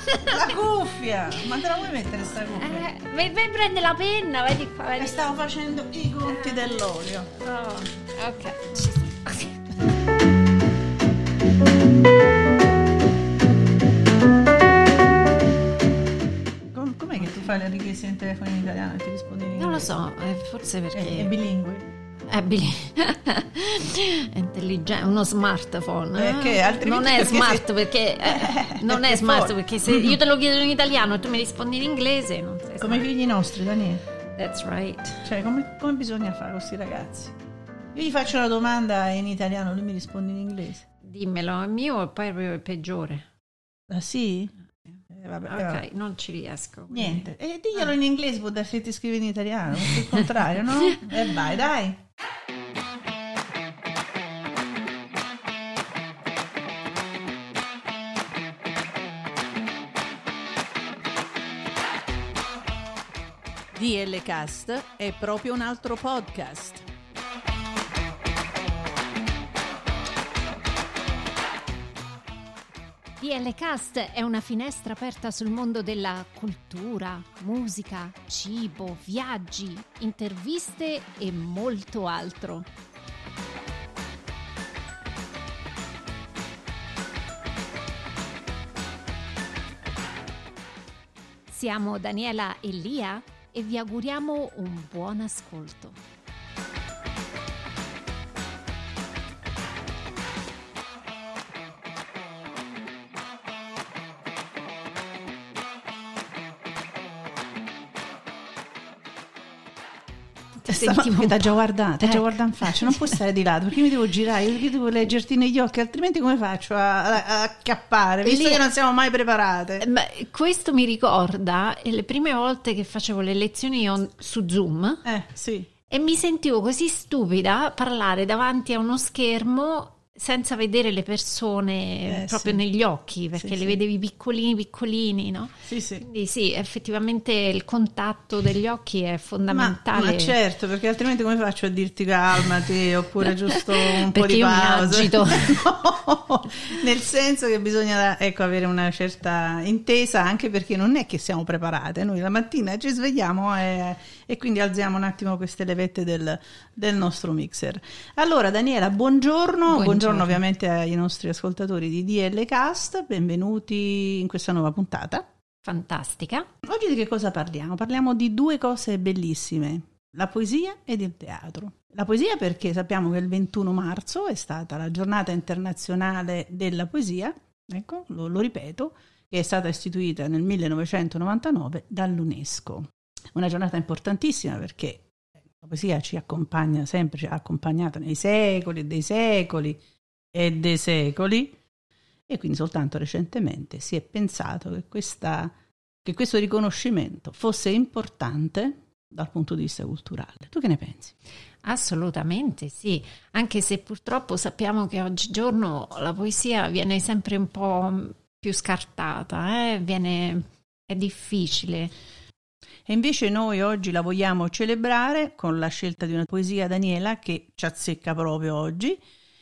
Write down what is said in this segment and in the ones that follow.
La cuffia! Ma te la vuoi mettere sta cuffia? Vai prende la penna, vedi qua. Vedi. Stavo facendo i conti dell'olio. Oh, ok, ci sta. Com'è che tu fai le richieste in telefono in italiano e ti rispondi in inglese? Non lo so, forse perché... È bilingue. È intelligente, uno smartphone. Che altrimenti non è smart perché non è smart perché se io te lo chiedo in italiano e tu mi rispondi in inglese non sei come i figli nostri, Daniele. That's right. Cioè come bisogna fare con questi ragazzi? Io gli faccio una domanda in italiano, lui mi risponde in inglese. Dimmelo, il mio è proprio il peggiore. Ah sì? Vabbè, ok, non ci riesco. Quindi. Niente, e diglielo in inglese, può darsi che ti scrive in italiano, il contrario, no? E vai, dai. DL Cast è proprio un altro podcast. DL Cast è una finestra aperta sul mondo della cultura, musica, cibo, viaggi, interviste e molto altro. Siamo Daniela e Lia e vi auguriamo un buon ascolto. Ti ha già guardato, in faccia, non puoi stare di lato perché mi devo girare, io devo leggerti negli occhi, altrimenti come faccio a acchiappare, visto che non siamo mai preparate. Ma questo mi ricorda le prime volte che facevo le lezioni su Zoom sì. E mi sentivo così stupida parlare davanti a uno schermo senza vedere le persone proprio negli occhi, perché le vedevi piccolini, no? Sì, sì. Quindi sì, effettivamente il contatto degli occhi è fondamentale. Ma certo, perché altrimenti come faccio a dirti calmati oppure giusto un po' di pausa? Perché io mi agito. No, nel senso che bisogna avere una certa intesa, anche perché non è che siamo preparate. Noi la mattina ci svegliamo e quindi alziamo un attimo queste levette del nostro mixer. Allora Daniela, buongiorno ovviamente ai nostri ascoltatori di DL Cast, benvenuti in questa nuova puntata. Fantastica. Oggi di che cosa parliamo? Parliamo di due cose bellissime, la poesia ed il teatro. La poesia perché sappiamo che il 21 marzo è stata la giornata internazionale della poesia, ecco, lo ripeto, che è stata istituita nel 1999 dall'UNESCO. Una giornata importantissima perché la poesia ci accompagna sempre, ci ha accompagnato nei secoli e dei secoli e dei secoli, e quindi soltanto recentemente si è pensato che questo riconoscimento fosse importante dal punto di vista culturale. Tu che ne pensi? Assolutamente sì, anche se purtroppo sappiamo che oggigiorno la poesia viene sempre un po' più scartata, è difficile. E invece noi oggi la vogliamo celebrare con la scelta di una poesia, Daniela, che ci azzecca proprio oggi,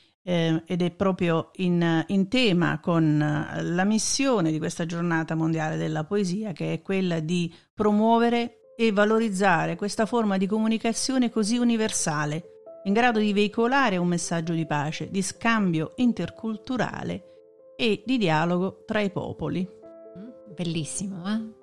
ed è proprio in tema con la missione di questa giornata mondiale della poesia, che è quella di promuovere e valorizzare questa forma di comunicazione così universale, in grado di veicolare un messaggio di pace, di scambio interculturale e di dialogo tra i popoli. Bellissimo,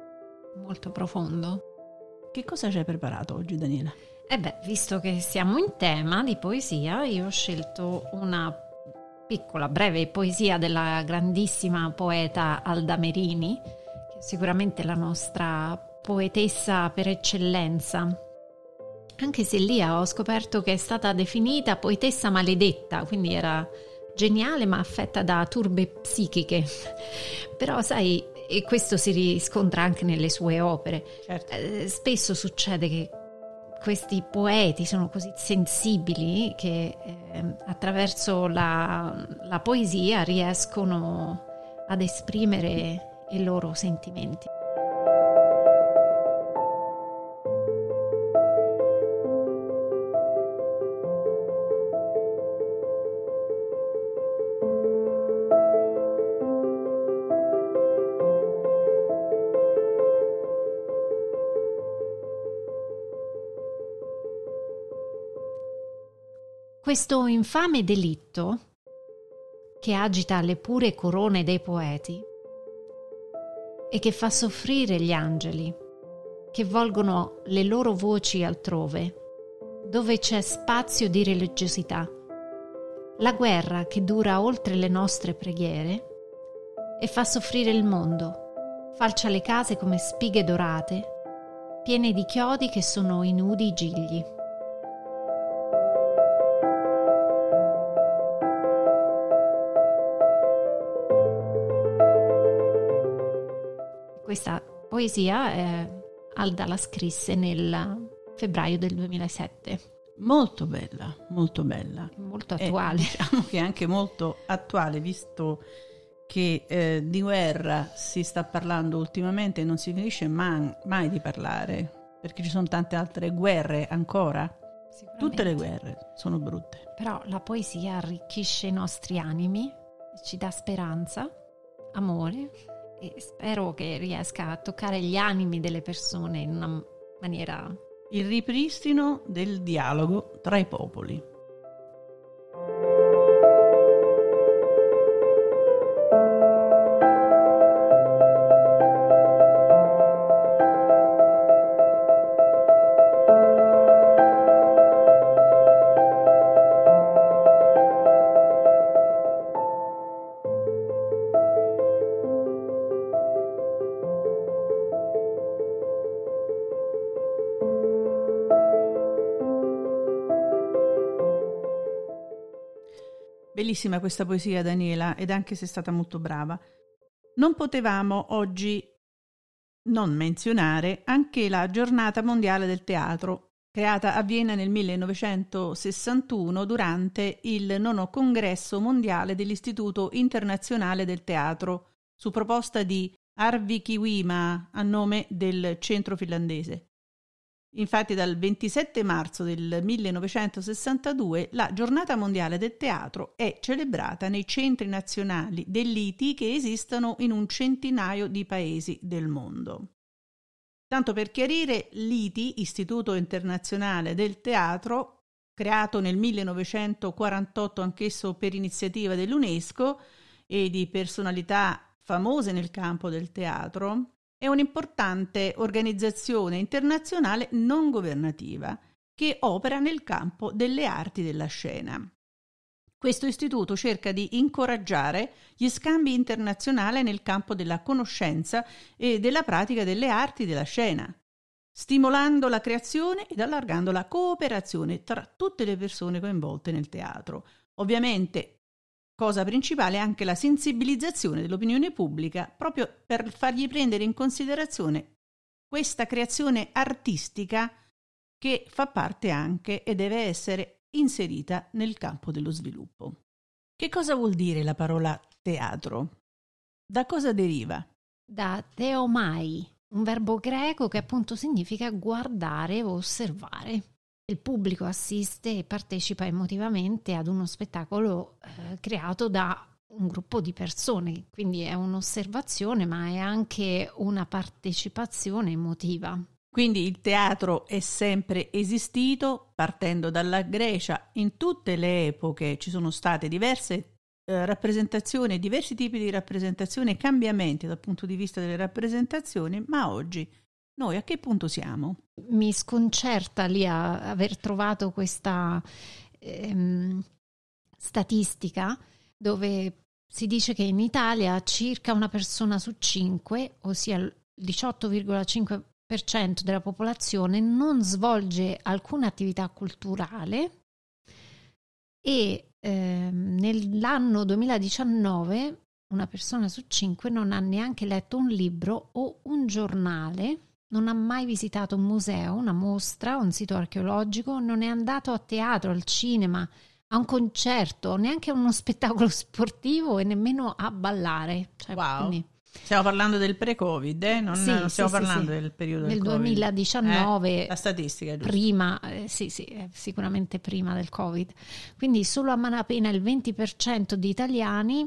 molto profondo. Che cosa ci hai preparato oggi, Daniela? Visto che siamo in tema di poesia, io ho scelto una piccola, breve poesia della grandissima poeta Alda Merini, che è sicuramente la nostra poetessa per eccellenza. Anche se lì ho scoperto che è stata definita poetessa maledetta, quindi era geniale ma affetta da turbe psichiche. Però sai, e questo si riscontra anche nelle sue opere. Certo. Spesso succede che questi poeti sono così sensibili che attraverso la poesia riescono ad esprimere i loro sentimenti. Questo infame delitto che agita le pure corone dei poeti e che fa soffrire gli angeli, che volgono le loro voci altrove, dove c'è spazio di religiosità. La guerra che dura oltre le nostre preghiere e fa soffrire il mondo, falcia le case come spighe dorate, piene di chiodi che sono i nudi gigli. Questa poesia Alda la scrisse nel febbraio del 2007. Molto bella, molto bella. Molto attuale. Diciamo che è anche molto attuale, visto che di guerra si sta parlando ultimamente e non si finisce mai di parlare, perché ci sono tante altre guerre ancora. Tutte le guerre sono brutte. Però la poesia arricchisce i nostri animi, ci dà speranza, amore, e spero che riesca a toccare gli animi delle persone in una maniera... Il ripristino del dialogo tra i popoli. Bellissima questa poesia, Daniela, ed anche se è stata molto brava. Non potevamo oggi non menzionare anche la Giornata Mondiale del Teatro, creata a Vienna nel 1961 durante il 9° Congresso Mondiale dell'Istituto Internazionale del Teatro, su proposta di Arvi Kivimaa a nome del centro finlandese. Infatti dal 27 marzo del 1962 la Giornata Mondiale del Teatro è celebrata nei centri nazionali dell'ITI che esistono in un centinaio di paesi del mondo. Tanto per chiarire, l'ITI, Istituto Internazionale del Teatro, creato nel 1948 anch'esso per iniziativa dell'UNESCO e di personalità famose nel campo del teatro, è un'importante organizzazione internazionale non governativa che opera nel campo delle arti della scena. Questo istituto cerca di incoraggiare gli scambi internazionali nel campo della conoscenza e della pratica delle arti della scena, stimolando la creazione ed allargando la cooperazione tra tutte le persone coinvolte nel teatro. Ovviamente, cosa principale è anche la sensibilizzazione dell'opinione pubblica proprio per fargli prendere in considerazione questa creazione artistica che fa parte anche e deve essere inserita nel campo dello sviluppo. Che cosa vuol dire la parola teatro? Da cosa deriva? Da theomai, un verbo greco che appunto significa guardare o osservare. Il pubblico assiste e partecipa emotivamente ad uno spettacolo creato da un gruppo di persone, quindi è un'osservazione ma è anche una partecipazione emotiva. Quindi il teatro è sempre esistito, partendo dalla Grecia. In tutte le epoche ci sono state diverse rappresentazioni, diversi tipi di rappresentazioni e cambiamenti dal punto di vista delle rappresentazioni, ma oggi noi a che punto siamo? Mi sconcerta lì a aver trovato questa statistica dove si dice che in Italia circa una persona su 5, ossia il 18,5% della popolazione, non svolge alcuna attività culturale e nell'anno 2019 una persona su 5 non ha neanche letto un libro o un giornale, non ha mai visitato un museo, una mostra, un sito archeologico, non è andato a teatro, al cinema, a un concerto, neanche a uno spettacolo sportivo e nemmeno a ballare. Cioè, wow! Quindi, stiamo parlando del pre-Covid, non stiamo parlando del periodo del Covid. Nel 2019, la statistica, giusto? Prima, sicuramente prima del Covid. Quindi solo a malapena il 20% di italiani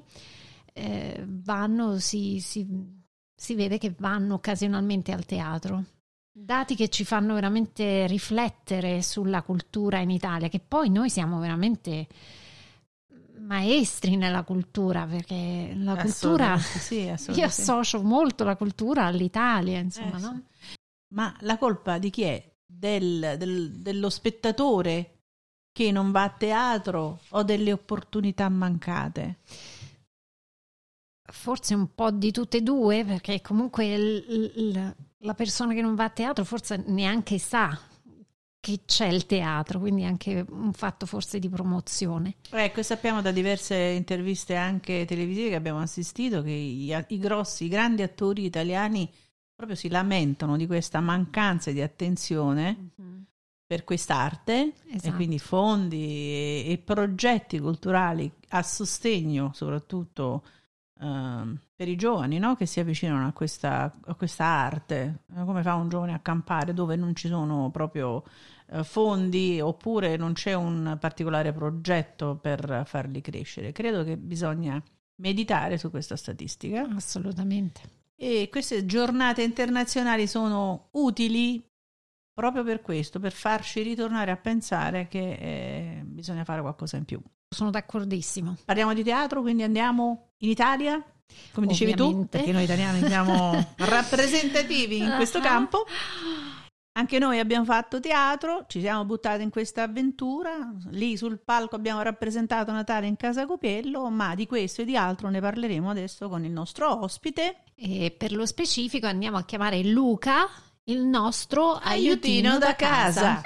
si vede che vanno occasionalmente al teatro. Dati che ci fanno veramente riflettere sulla cultura in Italia, che poi noi siamo veramente maestri nella cultura, perché la cultura, sì, io associo molto la cultura all'Italia, insomma, no? Sì. Ma la colpa di chi è? Dello spettatore che non va a teatro o delle opportunità mancate? Forse un po' di tutte e due, perché comunque la persona che non va a teatro forse neanche sa che c'è il teatro, quindi anche un fatto forse di promozione. Ecco, sappiamo da diverse interviste anche televisive che abbiamo assistito che i grandi attori italiani proprio si lamentano di questa mancanza di attenzione per quest'arte, esatto. E quindi fondi e progetti culturali a sostegno soprattutto per i giovani, no? Che si avvicinano a questa arte. Come fa un giovane a campare dove non ci sono proprio fondi oppure non c'è un particolare progetto per farli crescere? Credo che bisogna meditare su questa statistica. Assolutamente. E queste giornate internazionali sono utili proprio per questo, per farci ritornare a pensare che bisogna fare qualcosa in più. Sono d'accordissimo. Parliamo di teatro, quindi andiamo in Italia, come dicevi Ovviamente. tu, perché noi italiani siamo rappresentativi in questo campo. Anche noi abbiamo fatto teatro, ci siamo buttati in questa avventura, lì sul palco abbiamo rappresentato Natale in Casa Copiello, ma di questo e di altro ne parleremo adesso con il nostro ospite. E per lo specifico andiamo a chiamare Luca, il nostro aiutino da casa.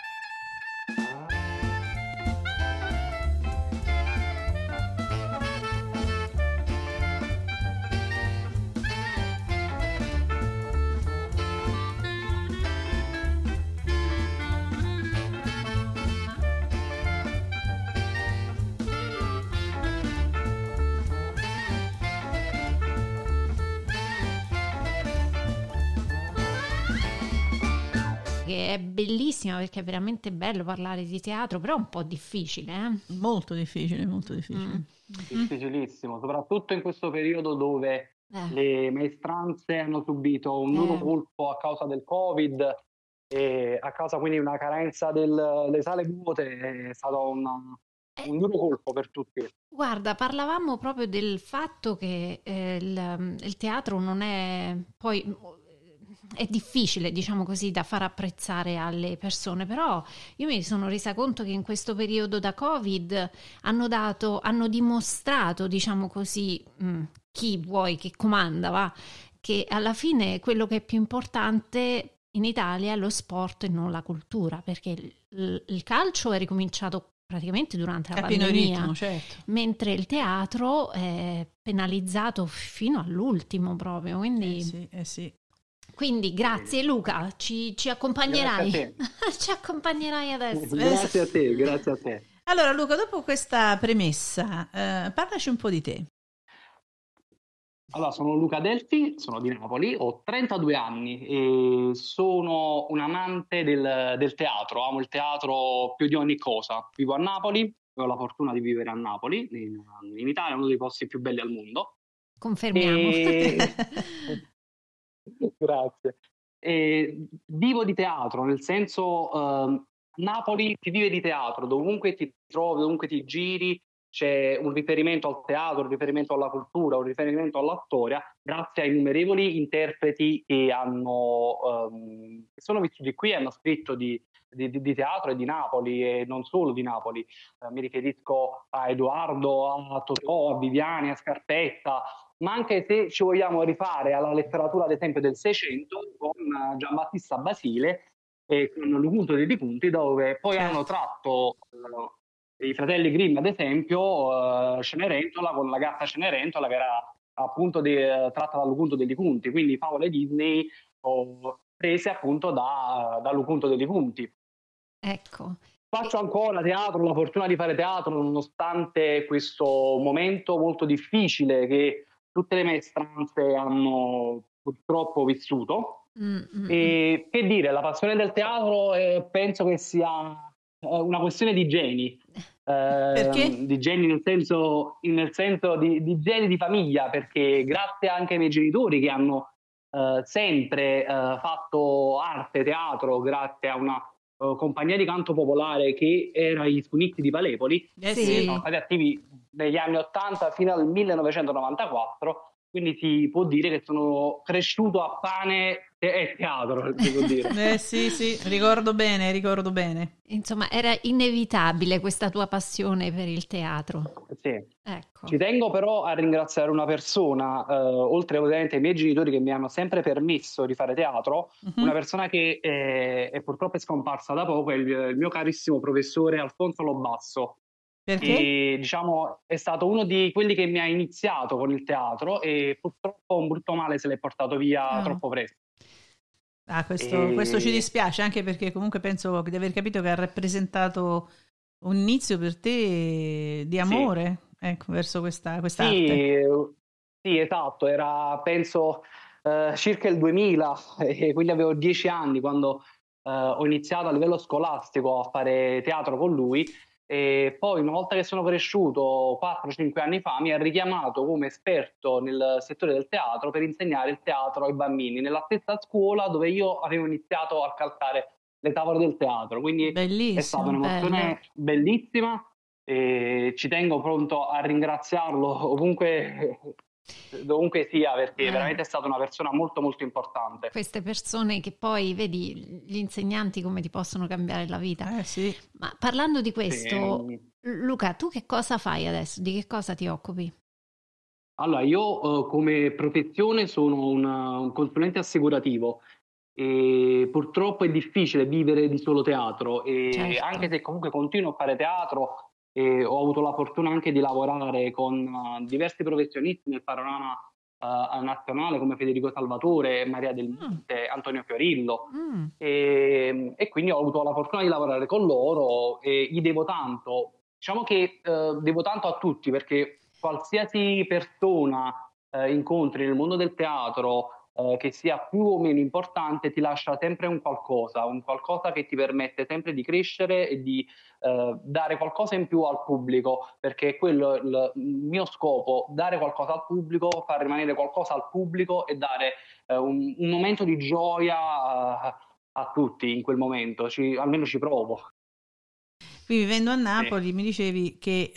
Che è bellissima perché è veramente bello parlare di teatro, però è un po' difficile, Molto difficile, molto difficile. Difficilissimo, soprattutto in questo periodo dove le maestranze hanno subito un duro colpo a causa del Covid e a causa quindi di una carenza delle sale vuote. È stato un duro colpo per tutti. Guarda, parlavamo proprio del fatto che il teatro non è poi... È difficile, diciamo così, da far apprezzare alle persone, però io mi sono resa conto che in questo periodo da Covid hanno dimostrato, diciamo così, chi vuoi che comanda, va, che alla fine quello che è più importante in Italia è lo sport e non la cultura, perché il calcio è ricominciato praticamente durante la pandemia, ritmo, certo. Mentre il teatro è penalizzato fino all'ultimo proprio, quindi... sì. Quindi grazie Luca, ci accompagnerai. Grazie a te. Ci accompagnerai adesso. Grazie a te. Allora Luca, dopo questa premessa, parlaci un po' di te. Allora, sono Luca Delfi, sono di Napoli, ho 32 anni e sono un amante del teatro, amo il teatro più di ogni cosa. Vivo a Napoli, ho la fortuna di vivere a Napoli, in Italia, uno dei posti più belli al mondo. Confermiamo. Grazie. Vivo di teatro, nel senso Napoli si vive di teatro, dovunque ti trovi, dovunque ti giri c'è un riferimento al teatro, un riferimento alla cultura, un riferimento all'attore, grazie ai innumerevoli interpreti che sono vissuti qui e hanno scritto di teatro e di Napoli e non solo di Napoli. Mi riferisco a Edoardo, a Totò, a Viviani, a Scarpetta, ma anche se ci vogliamo rifare alla letteratura, ad esempio, del Seicento, con Giambattista Basile e con Lucuto dei Punti, dove poi hanno tratto i fratelli Grimm, ad esempio, Cenerentola, con la gatta Cenerentola, che era appunto tratta da Lucuto dei Punti, quindi favole Disney prese appunto da Lucuto dei Punti. Ecco. Faccio ancora teatro, ho la fortuna di fare teatro nonostante questo momento molto difficile che tutte le maestranze hanno purtroppo vissuto. E che dire, la passione del teatro penso che sia una questione di geni. Perché? Di geni nel senso di geni di famiglia, perché grazie anche ai miei genitori che hanno sempre fatto arte, teatro, grazie a una compagnia di canto popolare che era i Sunitti di Palepoli, che sono stati attivi negli anni 80 fino al 1994. Quindi si può dire che sono cresciuto a pane e teatro, si può dire. Sì, ricordo bene. Insomma, era inevitabile questa tua passione per il teatro. Sì. Ecco. Ci tengo però a ringraziare una persona, oltre ovviamente ai miei genitori che mi hanno sempre permesso di fare teatro, una persona che è purtroppo scomparsa da poco, è il mio carissimo professore Alfonso Lobasso. Perché? Che, diciamo, è stato uno di quelli che mi ha iniziato con il teatro e purtroppo un brutto male se l'è portato via troppo presto. Questo ci dispiace, anche perché comunque penso di aver capito che ha rappresentato un inizio per te di amore, verso questa arte. Sì, esatto, era penso circa il 2000, e quindi avevo 10 anni quando ho iniziato a livello scolastico a fare teatro con lui. E poi una volta che sono cresciuto 4-5 anni fa mi ha richiamato come esperto nel settore del teatro per insegnare il teatro ai bambini nella stessa scuola dove io avevo iniziato a calcare le tavole del teatro, quindi bellissimo, è stata un'emozione bellissima e ci tengo pronto a ringraziarlo dovunque sia, perché veramente è stata una persona molto molto importante. Queste persone che poi vedi, gli insegnanti come ti possono cambiare la vita. Sì. Ma parlando di questo, Luca, tu che cosa fai adesso? Di che cosa ti occupi? Allora, io come professione sono un consulente assicurativo e purtroppo è difficile vivere di solo teatro, e anche se comunque continuo a fare teatro, e ho avuto la fortuna anche di lavorare con diversi professionisti nel panorama nazionale come Federico Salvatore, Maria Del Monte, Antonio Fiorillo, e quindi ho avuto la fortuna di lavorare con loro e gli devo tanto. Diciamo che devo tanto a tutti, perché qualsiasi persona incontri nel mondo del teatro, che sia più o meno importante, ti lascia sempre un qualcosa che ti permette sempre di crescere e di dare qualcosa in più al pubblico, perché quello è il mio scopo: dare qualcosa al pubblico, far rimanere qualcosa al pubblico e dare un momento di gioia a tutti in quel momento, almeno ci provo. Qui vivendo a Napoli mi dicevi che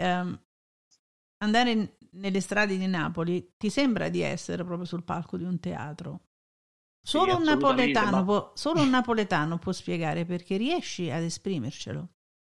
andare nelle strade di Napoli ti sembra di essere proprio sul palco di un teatro. Solo un napoletano può spiegare perché riesci ad esprimercelo.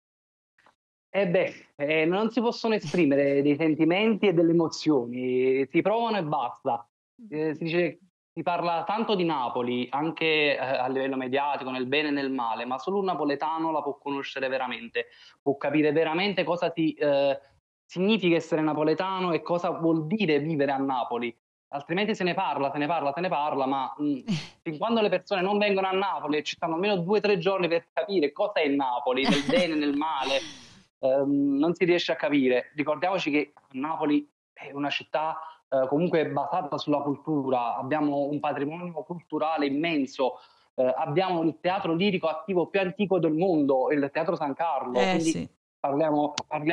Non si possono esprimere dei sentimenti e delle emozioni, si provano e basta. Si parla tanto di Napoli, anche a livello mediatico, nel bene e nel male, ma solo un napoletano la può conoscere veramente, può capire veramente cosa significa essere napoletano e cosa vuol dire vivere a Napoli. Altrimenti se ne parla, ma fin quando le persone non vengono a Napoli e ci stanno almeno 2-3 giorni per capire cosa è Napoli, nel bene e nel male, non si riesce a capire. Ricordiamoci che Napoli è una città comunque basata sulla cultura, abbiamo un patrimonio culturale immenso, abbiamo il teatro lirico attivo più antico del mondo, il Teatro San Carlo, quindi parliamo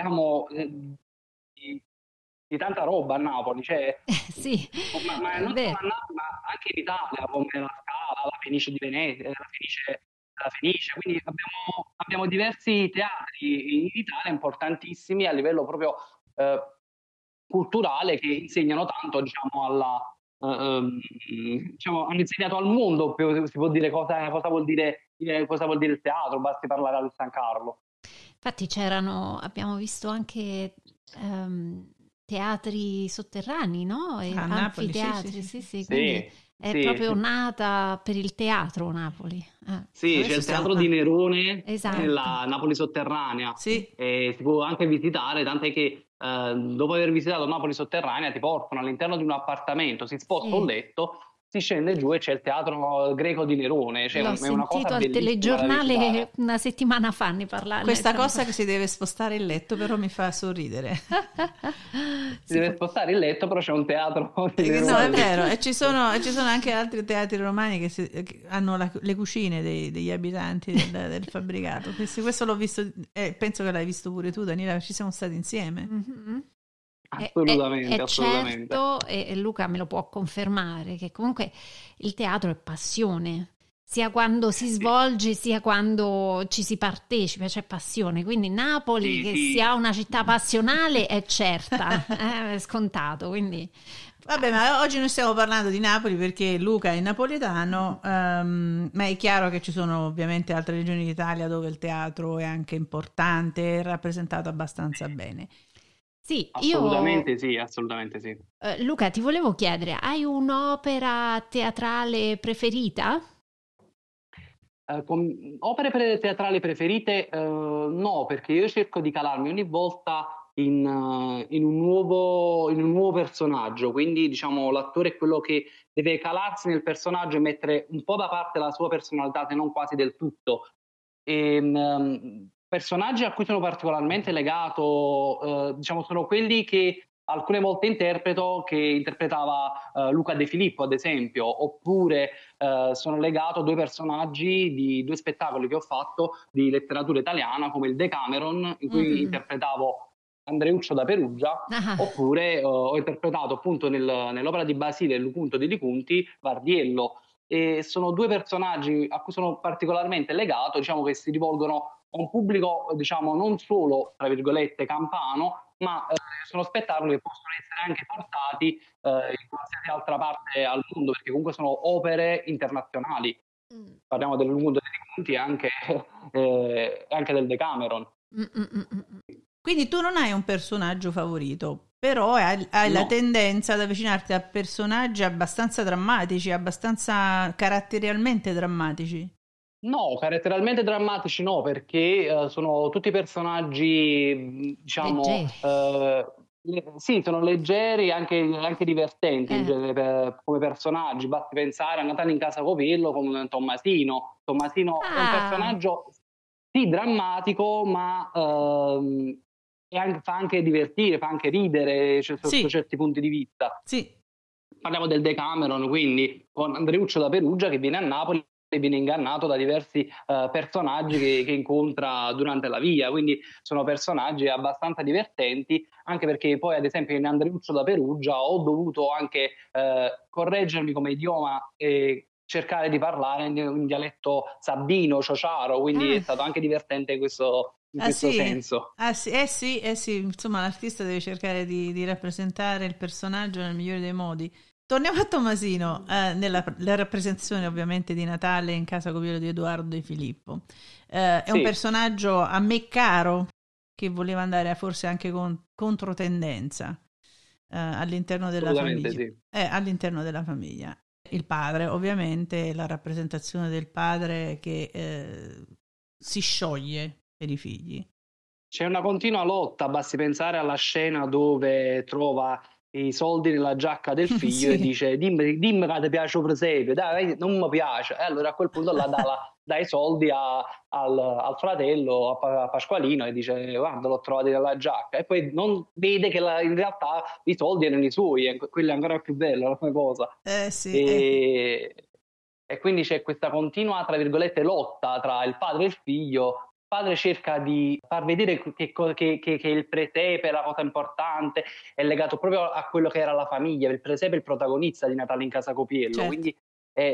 di tanta roba a Napoli, cioè, ma non solo a Napoli, ma anche in Italia, come la Scala, la Fenice di Venezia, la Fenice, quindi abbiamo diversi teatri in Italia importantissimi a livello proprio culturale, che insegnano tanto, diciamo, hanno insegnato al mondo, si può dire, cosa vuol dire il teatro, basti parlare al San Carlo. Infatti abbiamo visto anche teatri sotterranei, no? E anfiteatri, sì. Quindi è proprio nata per il teatro Napoli. Sì, c'è il teatro di Nerone, esatto, nella Napoli sotterranea. Sì. Si può anche visitare, tant'è che dopo aver visitato Napoli sotterranea ti portano all'interno di un appartamento, si sposta un letto, si scende giù e c'è il teatro greco di Nerone. Cioè, l'ho sentito al telegiornale una settimana fa, ne parlare. Questa cosa che si deve spostare il letto però mi fa sorridere. Si deve spostare il letto, però c'è un teatro di Nerone. No, è vero, e ci sono anche altri teatri romani che hanno le cucine degli abitanti del fabbricato. Questo l'ho visto, penso che l'hai visto pure tu, Daniela, ci siamo stati insieme. Mm-hmm. Assolutamente, È assolutamente. certo, e Luca me lo può confermare, che comunque il teatro è passione, sia quando si Sì, svolge, sia quando ci si partecipa, c'è passione. Quindi Napoli, sì, che sì. sia una città passionale, è certa, è scontato. Quindi Vabbè, ma oggi noi stiamo parlando di Napoli perché Luca è napoletano, ma è chiaro che ci sono ovviamente altre regioni d'Italia dove il teatro è anche importante e rappresentato abbastanza bene. sì, io Assolutamente sì, assolutamente sì. Luca, ti volevo chiedere, hai un'opera teatrale preferita? Opere teatrali preferite? No, perché io cerco di calarmi ogni volta in un nuovo personaggio, quindi diciamo l'attore è quello che deve calarsi nel personaggio e mettere un po' da parte la sua personalità, se non quasi del tutto. Personaggi a cui sono particolarmente legato, diciamo, sono quelli che alcune volte interpreto, che interpretava Luca De Filippo, ad esempio, oppure sono legato a due personaggi di due spettacoli che ho fatto di letteratura italiana, come il Decameron, in cui Mhm. interpretavo Andreuccio da Perugia, Ah, oppure ho interpretato appunto nell'opera di Basile e Lupunto di Lipunti, Vardiello. E sono due personaggi a cui sono particolarmente legato, diciamo che si rivolgono a un pubblico, diciamo, non solo, tra virgolette, campano, ma sono spettacoli che possono essere anche portati in qualsiasi altra parte al mondo, perché comunque sono opere internazionali. mm, Parliamo del Lupunto di Lipunti e anche del Decameron. mm, mm, mm, mm. Quindi tu non hai un personaggio favorito, però hai la No. tendenza ad avvicinarti a personaggi abbastanza drammatici, abbastanza caratterialmente drammatici. No, caratterialmente drammatici no, perché sono tutti personaggi, diciamo, Leggeri. sì, sono leggeri e anche divertenti in Eh. genere come personaggi. Basti pensare a Natale in casa Covillo come Tommasino. Tommasino è un Ah, personaggio, sì, drammatico, ma fa anche divertire, fa anche ridere, cioè, sotto Sì, certi punti di vista. sì. Parliamo del Decameron, quindi con Andreuccio da Perugia che viene a Napoli e viene ingannato da diversi personaggi che incontra durante la via, quindi sono personaggi abbastanza divertenti, anche perché poi ad esempio in Andreuccio da Perugia ho dovuto anche correggermi come idioma e cercare di parlare in dialetto sabino, ciociaro, quindi è ah, stato anche divertente in Ah questo sì, senso. ah sì, eh sì, insomma l'artista deve cercare di rappresentare il personaggio nel migliore dei modi. Torniamo a Tommasino, nella rappresentazione ovviamente di Natale in casa Copiero di Edoardo De Filippo. È un Sì, personaggio a me caro, che voleva andare forse anche con controtendenza all'interno della assolutamente famiglia. sì. All'interno della famiglia. Il padre, ovviamente, la rappresentazione del padre che si scioglie per i figli. C'è una continua lotta, basti pensare alla scena dove trova i soldi nella giacca del figlio e Sì. dice dimmi che ti piace il presepe, dai, non mi piace. E allora a quel punto là dà i soldi al fratello, a Pasqualino, e dice guarda l'ho trovato nella giacca. E poi non vede che in realtà i soldi erano i suoi, e quello è ancora più bello come cosa. Sì, E, e quindi c'è questa continua, tra virgolette, lotta tra il padre e il figlio. Il padre cerca di far vedere che il presepe è la cosa importante, è legato proprio a quello che era la famiglia. Il presepe è il protagonista di Natale in casa Copiello, certo. quindi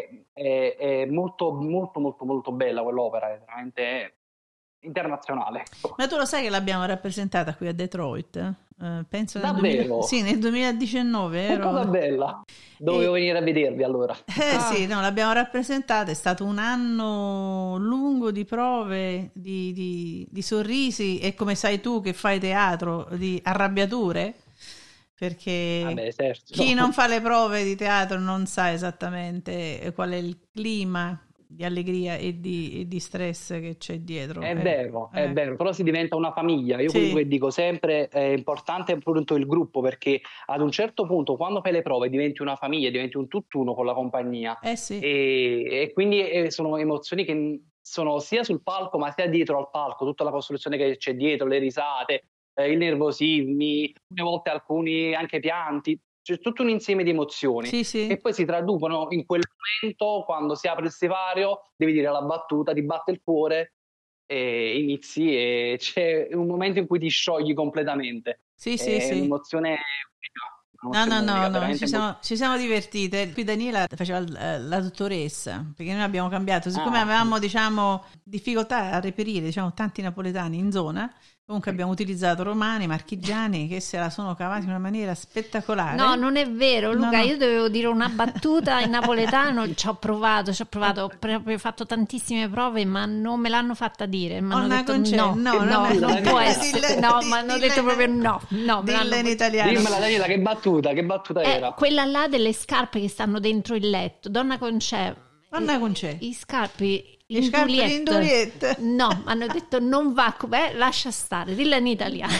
è molto, molto, molto, molto bella quell'opera, è veramente internazionale. Ecco. Ma tu lo sai che l'abbiamo rappresentata qui a Detroit? Penso nel 2000, Davvero? sì, nel 2019 Che cosa ero. bella! Dovevo E, venire a vedervi allora. sì, ah, no, l'abbiamo rappresentata, è stato un anno lungo di prove, di sorrisi e come sai tu che fai teatro, di arrabbiature, perché Vabbè, certo. chi non fa le prove di teatro non sa esattamente qual è il clima di allegria e di stress che c'è dietro. È vero, però si diventa una famiglia. Io quello Sì, che dico sempre è importante appunto il gruppo, perché ad un certo punto, quando fai le prove, diventi una famiglia, diventi un tutt'uno con la compagnia. eh sì, E quindi sono emozioni che sono sia sul palco, ma sia dietro al palco, tutta la costruzione che c'è dietro, le risate, i nervosismi, alcune volte alcuni anche pianti. C'è tutto un insieme di emozioni sì, che sì. poi si traducono in quel momento, quando si apre il sipario, devi dire la battuta, ti batte il cuore inizi e c'è un momento in cui ti sciogli completamente. Sì, è un'emozione unica. No, ci siamo divertite. Qui Daniela faceva la dottoressa, perché noi abbiamo cambiato, siccome avevamo difficoltà a reperire tanti napoletani in zona. Comunque abbiamo utilizzato romani, marchigiani che se la sono cavati in una maniera spettacolare. No, non è vero, Luca, io dovevo dire una battuta in napoletano, ci ho provato, ho proprio fatto tantissime prove, ma non me l'hanno fatta dire. Mi hanno detto non può essere, mi hanno detto proprio no. Dilla in italiano. Dimmela Daniela, che battuta era? Quella là delle scarpe che stanno dentro il letto, Donna Concè. I scarpi in Juliette. No, hanno detto non va, lascia stare, dilla in italiano.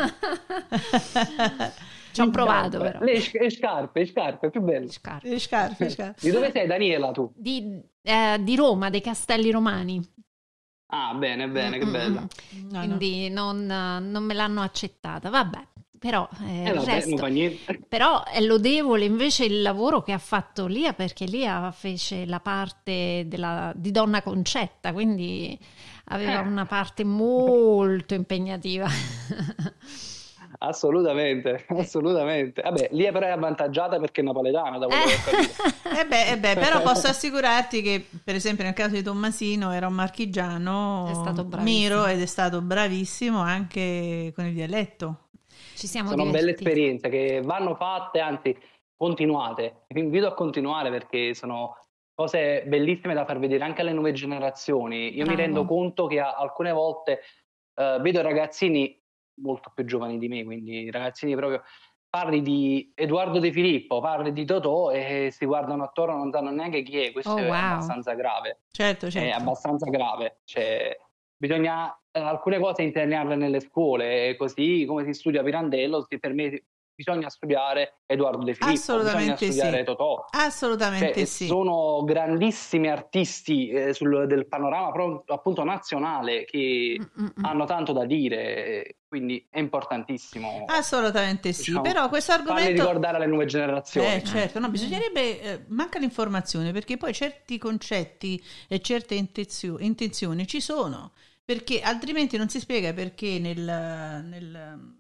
Ci ho provato però. Le scarpe, più belle. Le scarpe. Di dove sei Daniela tu? Di Roma, dei Castelli Romani. Ah, bene, che bella. Quindi non me l'hanno accettata, vabbè. Però il resto, non fa niente. Però è lodevole invece il lavoro che ha fatto Lia, perché Lia fece la parte di Donna Concetta, quindi aveva una parte molto impegnativa. Assolutamente. Vabbè, Lia però è avvantaggiata perché è napoletana, da quello che ho capito. Però posso assicurarti che per esempio nel caso di Tommasino era un marchigiano, è stato Miro, ed è stato bravissimo anche con il dialetto. Sono belle esperienze che vanno fatte, anzi continuate. Vi invito a continuare perché sono cose bellissime da far vedere anche alle nuove generazioni. Io mi rendo conto che alcune volte vedo ragazzini molto più giovani di me, quindi ragazzini proprio, parli di Edoardo De Filippo, parli di Totò e si guardano attorno, non sanno neanche chi è. Questo è abbastanza grave. Certo. È abbastanza grave. Bisogna alcune cose internarle nelle scuole, così come si studia Pirandello, per me bisogna studiare Edoardo De Filippo, bisogna studiare Totò. Assolutamente sì. Sono grandissimi artisti del panorama appunto nazionale che hanno tanto da dire, quindi è importantissimo. Assolutamente sì, però questo argomento farli ricordare alle nuove generazioni. Certo, no, bisognerebbe, manca l'informazione, perché poi certi concetti e certe intenzioni ci sono, perché altrimenti non si spiega perché nel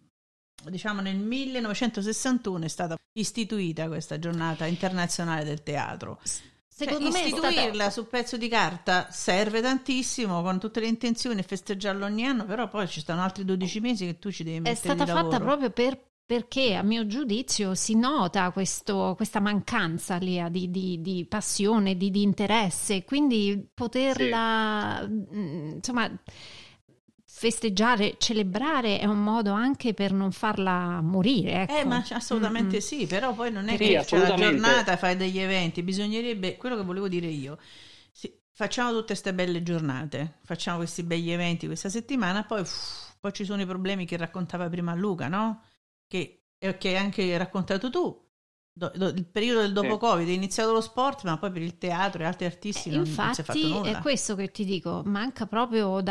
1961 è stata istituita questa giornata internazionale del teatro. Secondo me istituirla su pezzo di carta serve tantissimo con tutte le intenzioni e festeggiarlo ogni anno, però poi ci stanno altri 12 mesi che tu ci devi mettere. È stata fatta proprio perché a mio giudizio si nota questa mancanza lì di passione, di interesse, quindi poterla festeggiare, celebrare è un modo anche per non farla morire. Ecco. Ma assolutamente sì, però poi non è che c'è la giornata, fai degli eventi, bisognerebbe, quello che volevo dire io, facciamo tutte queste belle giornate, facciamo questi begli eventi questa settimana, poi ci sono i problemi che raccontava prima Luca, no? Che hai anche raccontato tu. Il periodo del dopo Covid è iniziato lo sport, ma poi per il teatro e altri artisti non si è fatto nulla. È questo che ti dico, manca proprio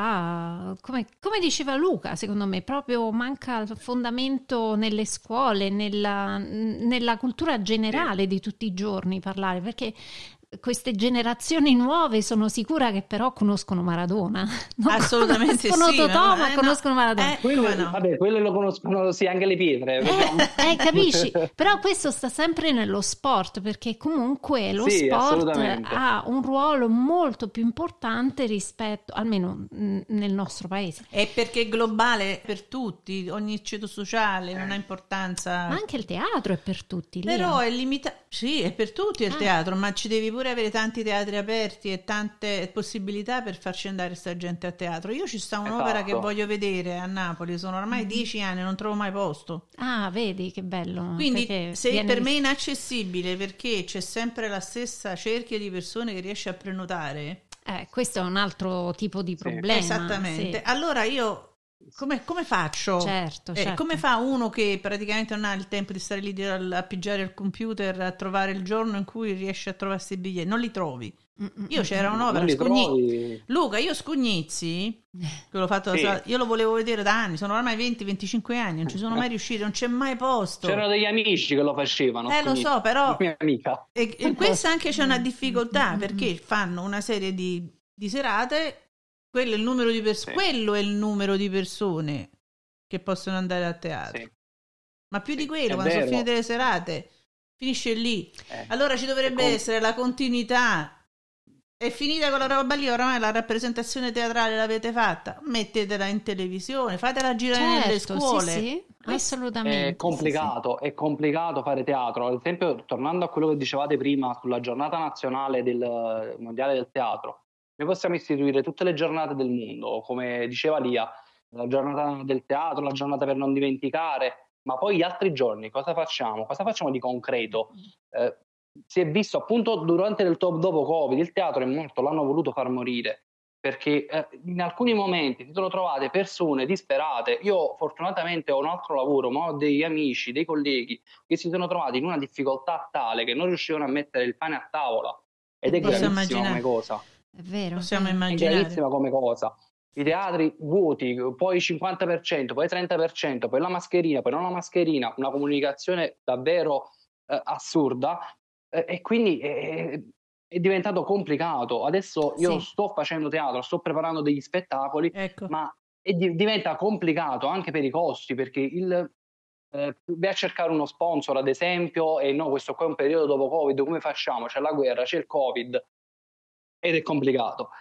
come diceva Luca, secondo me proprio manca il fondamento nelle scuole, nella cultura generale di tutti i giorni parlare, perché queste generazioni nuove sono sicura che però conoscono Maradona. Assolutamente conoscono sì. Totò, ma conoscono Maradona. Quello lo conoscono anche le pietre. Capisci? Però questo sta sempre nello sport, perché comunque lo sport ha un ruolo molto più importante rispetto, almeno nel nostro paese. È perché è globale per tutti, ogni ceto sociale non ha importanza. Ma anche il teatro è per tutti. Però è limitato. Sì, è per tutti il teatro, ma ci devi pure avere tanti teatri aperti e tante possibilità per farci andare sta gente a teatro. Io ci sta un'opera che voglio vedere a Napoli, sono ormai 10 anni, non trovo mai posto. Ah, vedi che bello. Quindi per me è inaccessibile, perché c'è sempre la stessa cerchia di persone che riesce a prenotare. Questo è un altro tipo di problema. Esattamente. Sì. Allora io come faccio? Certo. Come fa uno che praticamente non ha il tempo di stare lì a pigiare il computer, a trovare il giorno in cui riesce a trovare questi biglietti? Non li trovi. Io c'era un'opera Luca, io Scugnizzi che l'ho fatto io lo volevo vedere da anni, sono ormai 20-25 anni, non ci sono mai riuscito, non c'è mai posto. C'erano degli amici che lo facevano. Lo so, però mia amica. E questa anche c'è una difficoltà, perché fanno una serie di serate Quello è il numero di Sì. quello è il numero di persone che possono andare a teatro. Sì. Ma più di Sì, quello, è quando sono vero. finite le serate, finisce lì. Eh, Allora ci dovrebbe com- essere la continuità. È finita quella roba lì, oramai la rappresentazione teatrale l'avete fatta, mettetela in televisione, fatela girare nelle Certo, scuole. sì, assolutamente. È complicato fare teatro. Ad esempio, tornando a quello che dicevate prima sulla giornata nazionale del mondiale del teatro, noi possiamo istituire tutte le giornate del mondo, come diceva Lia, la giornata del teatro, la giornata per non dimenticare, ma poi gli altri giorni cosa facciamo? Cosa facciamo di concreto? Si è visto appunto durante il dopo Covid, il teatro è morto, l'hanno voluto far morire. Perché in alcuni momenti si sono trovate persone disperate. Io fortunatamente ho un altro lavoro, ma ho degli amici, dei colleghi che si sono trovati in una difficoltà tale che non riuscivano a mettere il pane a tavola. Ed è Posso gravissima come cosa. È vero. Possiamo è vero. È immaginare. gravissima come cosa. I teatri vuoti, poi 50%, poi 30%, poi la mascherina, poi non la mascherina, una comunicazione davvero assurda. E quindi è diventato complicato. Adesso io Sì. sto facendo teatro, sto preparando degli spettacoli, Ecco. ma diventa complicato anche per i costi, perché vai a cercare uno sponsor, ad esempio, e no, questo qua è un periodo dopo Covid, come facciamo? C'è la guerra, c'è il Covid ed è complicato.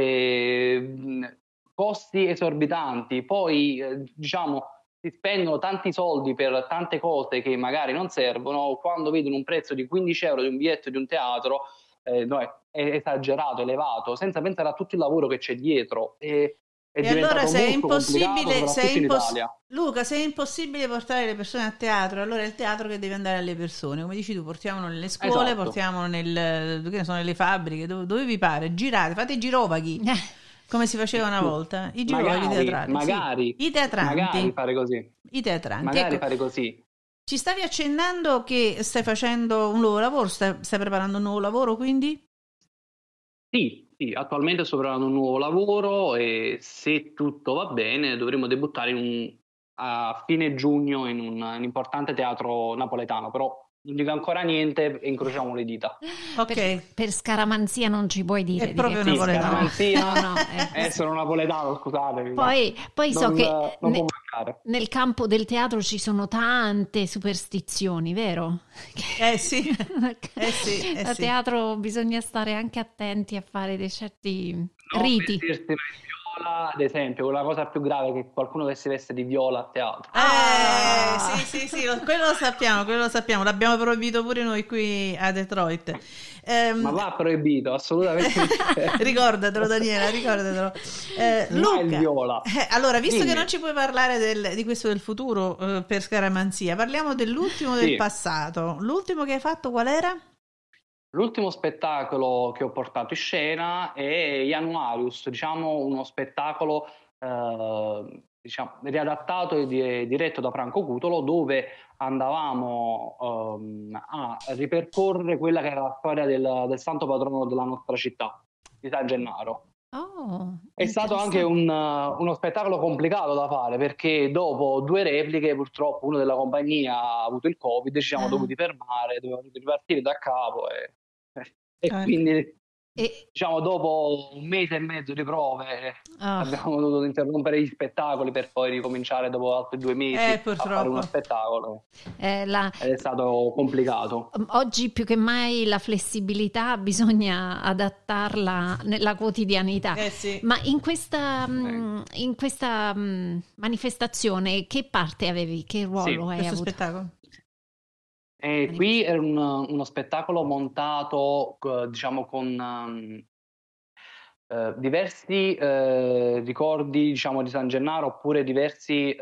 Costi esorbitanti, poi diciamo si spendono tanti soldi per tante cose che magari non servono. Quando vedono un prezzo di 15 euro di un biglietto di un teatro, no, è esagerato, elevato, senza pensare a tutto il lavoro che c'è dietro. È E allora diventato se è molto complicato, impossibile, soprattutto in Italia. Luca, se è impossibile portare le persone a teatro, allora è il teatro che deve andare alle persone. Come dici tu, portiamolo nelle scuole, Esatto. portiamolo che ne so, nelle fabbriche, dove vi pare, girate, fate i girovaghi, come si faceva una volta, i girovaghi teatrali. Magari, sì. I teatranti. magari fare così. I teatranti. Magari Ecco, fare così. ci stavi accennando che stai facendo un nuovo lavoro, stai preparando un nuovo lavoro, quindi? Sì, attualmente sto provando un nuovo lavoro e se tutto va bene dovremo debuttare a fine giugno in un importante teatro napoletano, però non dico ancora niente e incrociamo le dita. Ok. Per scaramanzia non ci puoi dire. È di proprio che cosa. napoletano. Scaramanzia. No, Sono napoletano, scusatemi. Poi so non, che non può mancare. nel campo del teatro ci sono tante superstizioni, vero? Sì. A sì. teatro bisogna stare anche attenti a fare dei certi Non riti. vestirsi mai di viola, ad esempio, la cosa più grave è che qualcuno che si veste di viola a teatro. Sì, quello lo sappiamo, l'abbiamo proibito pure noi qui a Detroit. Ma va proibito, assolutamente. Ricordatelo Daniela, ricordatelo. Mai il Luca, viola. allora, visto Dimmi. che non ci puoi parlare di questo del futuro per scaramanzia, parliamo dell'ultimo del Sì. passato. L'ultimo che hai fatto qual era? L'ultimo spettacolo che ho portato in scena è Januarius, diciamo uno spettacolo riadattato e diretto da Franco Cutolo, dove andavamo a ripercorrere quella che era la storia del santo patrono della nostra città, di San Gennaro. Oh, È stato anche uno spettacolo complicato da fare, perché dopo 2 repliche purtroppo uno della compagnia ha avuto il Covid, ci siamo dovuti fermare, dovevamo ripartire da capo e quindi diciamo dopo 1 mese e mezzo di prove abbiamo dovuto interrompere gli spettacoli per poi ricominciare dopo altri 2 mesi a fare uno spettacolo ed è stato complicato. Oggi più che mai la flessibilità bisogna adattarla nella quotidianità. Sì. Ma in questa manifestazione che parte avevi? Che ruolo hai questo avuto? spettacolo? Qui è uno spettacolo montato diciamo con diversi ricordi, diciamo, di San Gennaro, oppure diversi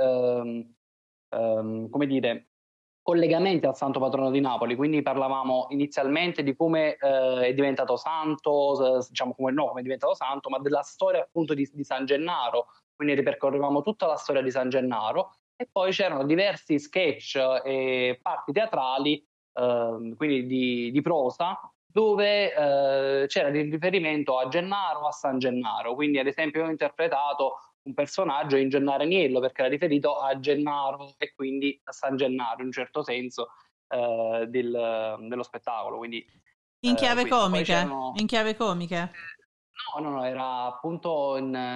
come dire, collegamenti al santo patrono di Napoli. Quindi parlavamo inizialmente di come è diventato santo, diciamo come è diventato santo, ma della storia appunto di San Gennaro. Quindi ripercorrevamo tutta la storia di San Gennaro. E poi c'erano diversi sketch e parti teatrali, quindi di prosa, dove c'era il riferimento a Gennaro, a San Gennaro. Quindi ad esempio ho interpretato un personaggio in Gennaro Agnello, perché era riferito a Gennaro e quindi a San Gennaro in un certo senso dello spettacolo. Quindi, in chiave comica? c'erano... In chiave comica? No, era appunto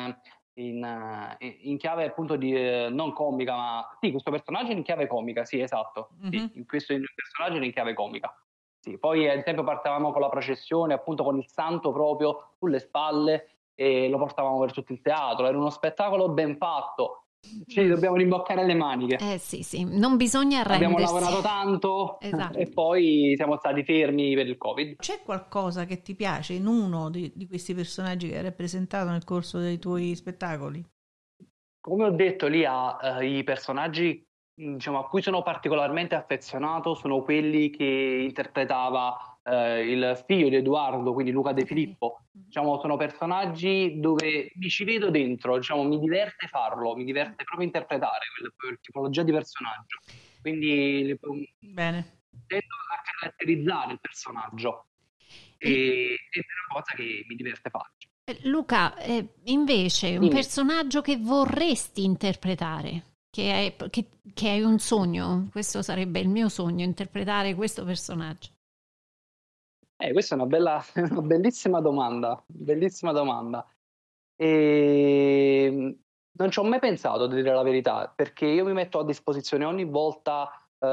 in chiave appunto di non comica, ma sì, questo personaggio in chiave comica, sì, esatto. Sì, questo personaggio in chiave comica. Sì, poi ad esempio partavamo con la processione, appunto con il santo proprio sulle spalle e lo portavamo per tutto il teatro. Era uno spettacolo ben fatto. Ci dobbiamo rimboccare le maniche. Sì, non bisogna arrendersi. Abbiamo lavorato tanto Esatto. e poi siamo stati fermi per il Covid. C'è qualcosa che ti piace in uno di questi personaggi che hai rappresentato nel corso dei tuoi spettacoli? Come ho detto, lì i personaggi, diciamo, a cui sono particolarmente affezionato sono quelli che interpretava il figlio di Edoardo, quindi Luca De Filippo. Diciamo, sono personaggi dove mi ci vedo dentro, diciamo, mi diverte farlo, mi diverte proprio interpretare quella tipologia di personaggio. Quindi Bene. tendo a caratterizzare il personaggio e è una cosa che mi diverte fare. Luca, invece, un personaggio che vorresti interpretare, che hai un sogno, questo sarebbe il mio sogno, interpretare questo personaggio. Questa è una bellissima domanda, E non ci ho mai pensato, a dire la verità, perché io mi metto a disposizione ogni volta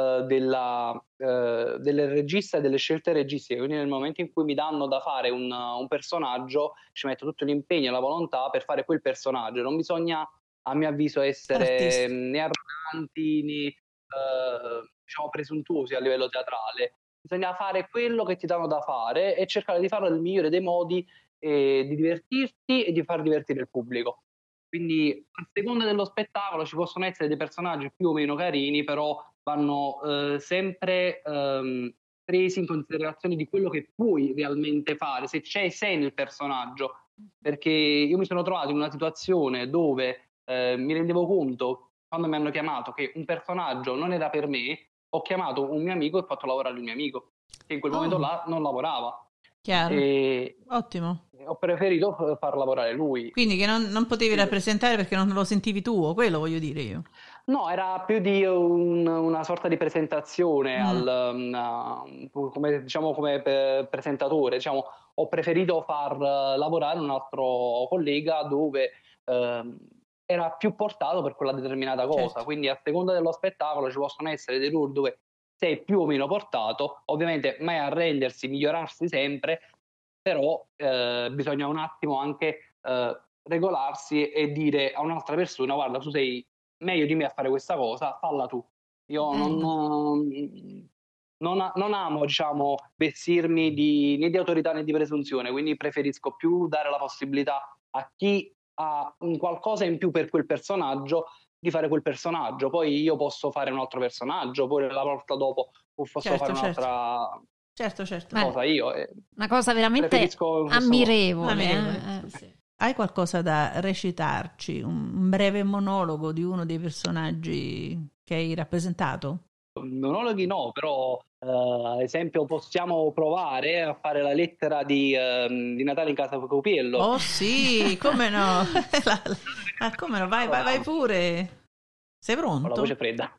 del regista e delle scelte registiche, quindi nel momento in cui mi danno da fare un personaggio ci metto tutto l'impegno e la volontà per fare quel personaggio. Non bisogna, a mio avviso, essere né arroganti né diciamo presuntuosi a livello teatrale. Bisogna fare quello che ti danno da fare e cercare di farlo nel migliore dei modi, di divertirti e di far divertire il pubblico. Quindi a seconda dello spettacolo ci possono essere dei personaggi più o meno carini, però vanno sempre presi in considerazione di quello che puoi realmente fare, se c'è sei nel personaggio. Perché io mi sono trovato in una situazione dove mi rendevo conto, quando mi hanno chiamato, che un personaggio non era per me. Ho chiamato un mio amico e ho fatto lavorare il mio amico, che in quel momento là non lavorava. Chiaro. Ottimo. Ho preferito far lavorare lui. Quindi che non potevi rappresentare perché non lo sentivi tuo, quello voglio dire io. No, era più di una sorta di presentazione come presentatore. Diciamo, ho preferito far lavorare un altro collega dove era più portato per quella determinata cosa. Certo. Quindi a seconda dello spettacolo ci possono essere dei ruoli dove sei più o meno portato, ovviamente mai arrendersi, migliorarsi sempre, però bisogna un attimo anche regolarsi e dire a un'altra persona: guarda, tu sei meglio di me a fare questa cosa, falla tu. Io non amo, diciamo, vestirmi né di autorità né di presunzione, quindi preferisco più dare la possibilità a chi ha un qualcosa in più per quel personaggio di fare quel personaggio. Poi io posso fare un altro personaggio, poi la volta dopo posso fare un'altra cosa io. Una cosa veramente ammirevole. Sì. Hai qualcosa da recitarci? Un breve monologo di uno dei personaggi che hai rappresentato? Monologhi no, però ad esempio possiamo provare a fare la lettera di Natale in casa Copiello. Oh sì, come no? Come no? Vai pure. Sei pronto? Ho la voce fredda.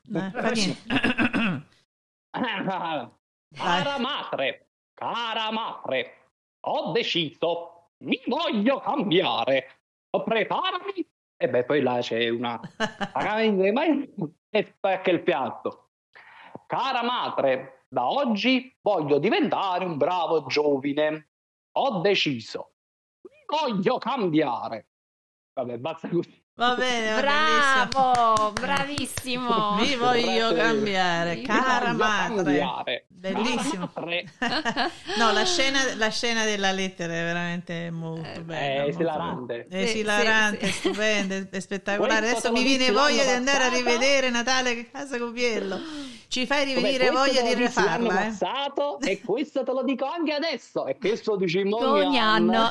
Cara madre, ho deciso, mi voglio cambiare. Preparami. E poi là c'è una e spacca il piatto. Cara madre, da oggi voglio diventare un bravo giovine. Ho deciso. Mi voglio cambiare. Vabbè, basta così. Va bene, bravo, bravissimo. Mi voglio cambiare, cara madre. Bellissimo. No, la scena della lettera è veramente molto bella. È esilarante. È esilarante, stupenda, è spettacolare. Adesso mi viene voglia di andare a rivedere Natale a casa Copiello. Ci fai rivenire voglia di rifarla. Passato, e questo te lo dico anche adesso. E questo diciamo ogni anno.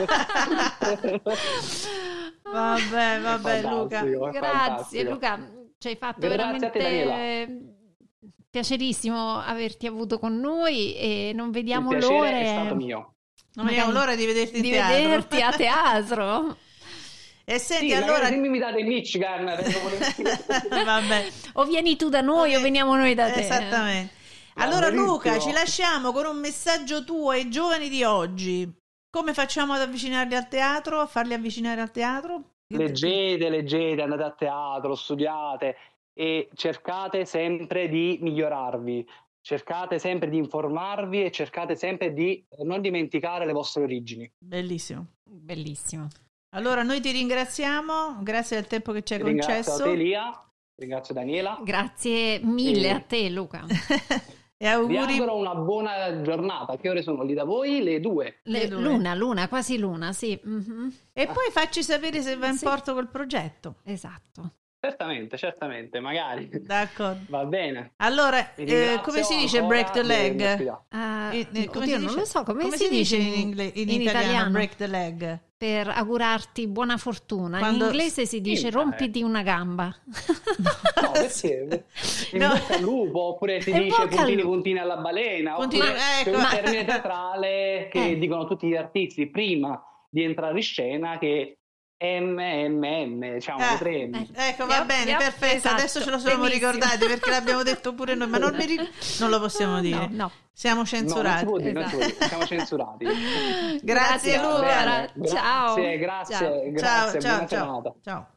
Vabbè Luca. Grazie Luca, ci hai fatto veramente piacerissimo averti avuto con noi e non vediamo l'ora. È stato mio. Non vediamo l'ora di vederti in teatro. Vederti a teatro. E senti, sì, allora se mi date in Michigan vabbè. O vieni tu da noi o veniamo noi da te. Esattamente. Allora Luca, ci lasciamo con un messaggio tuo ai giovani di oggi. Come facciamo ad avvicinarli al teatro, a farli avvicinare al teatro? Leggete, andate a teatro, studiate e cercate sempre di migliorarvi, cercate sempre di informarvi e cercate sempre di non dimenticare le vostre origini. Bellissimo. Bellissimo. Allora noi ti ringraziamo, grazie del tempo che ci hai concesso. Ringrazio te Elia, ringrazio Daniela. Grazie mille a te Luca. E auguri. Vi auguro una buona giornata. Che ore sono lì da voi? Le 2. Luna, quasi luna, sì. Mm-hmm. E poi facci sapere se va in porto col progetto. Esatto. Certamente, magari. D'accordo. Va bene. Allora, come si dice break the leg? Oddio, non lo so, come si dice in italiano break the leg? Per augurarti buona fortuna. Quando... In inglese si dice rompiti una gamba. No, perché? In bocca al lupo, oppure si dice puntini alla balena. Oppure c'è un termine teatrale che dicono tutti gli artisti prima di entrare in scena che diciamo 3 M. Ecco, va bene, perfetto. Esatto, adesso ce lo siamo ricordati perché l'abbiamo detto pure noi, ma non lo possiamo dire. No. Siamo censurati. No, non si può dire, siamo censurati. Grazie Luca. Ciao. Grazie. Ciao.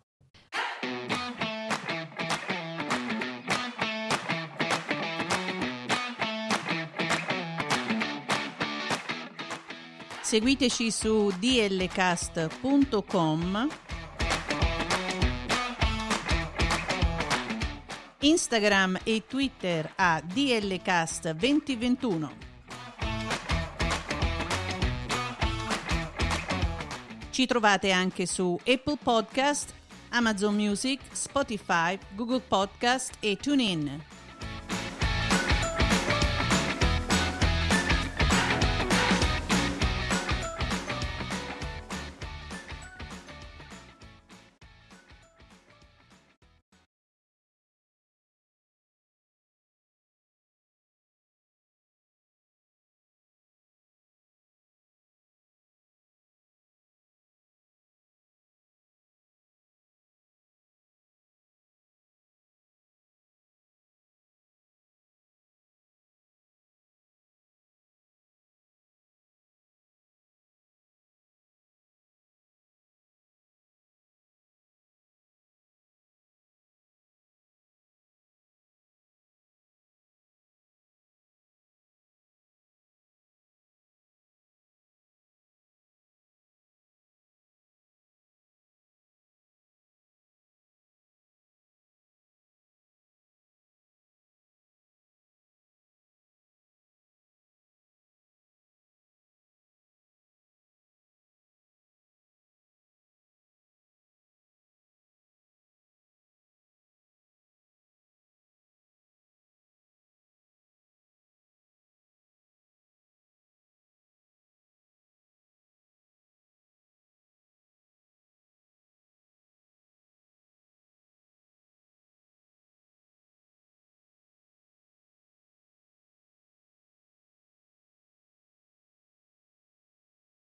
Seguiteci su dlcast.com, Instagram e Twitter a dlcast2021. Ci trovate anche su Apple Podcast, Amazon Music, Spotify, Google Podcast e TuneIn.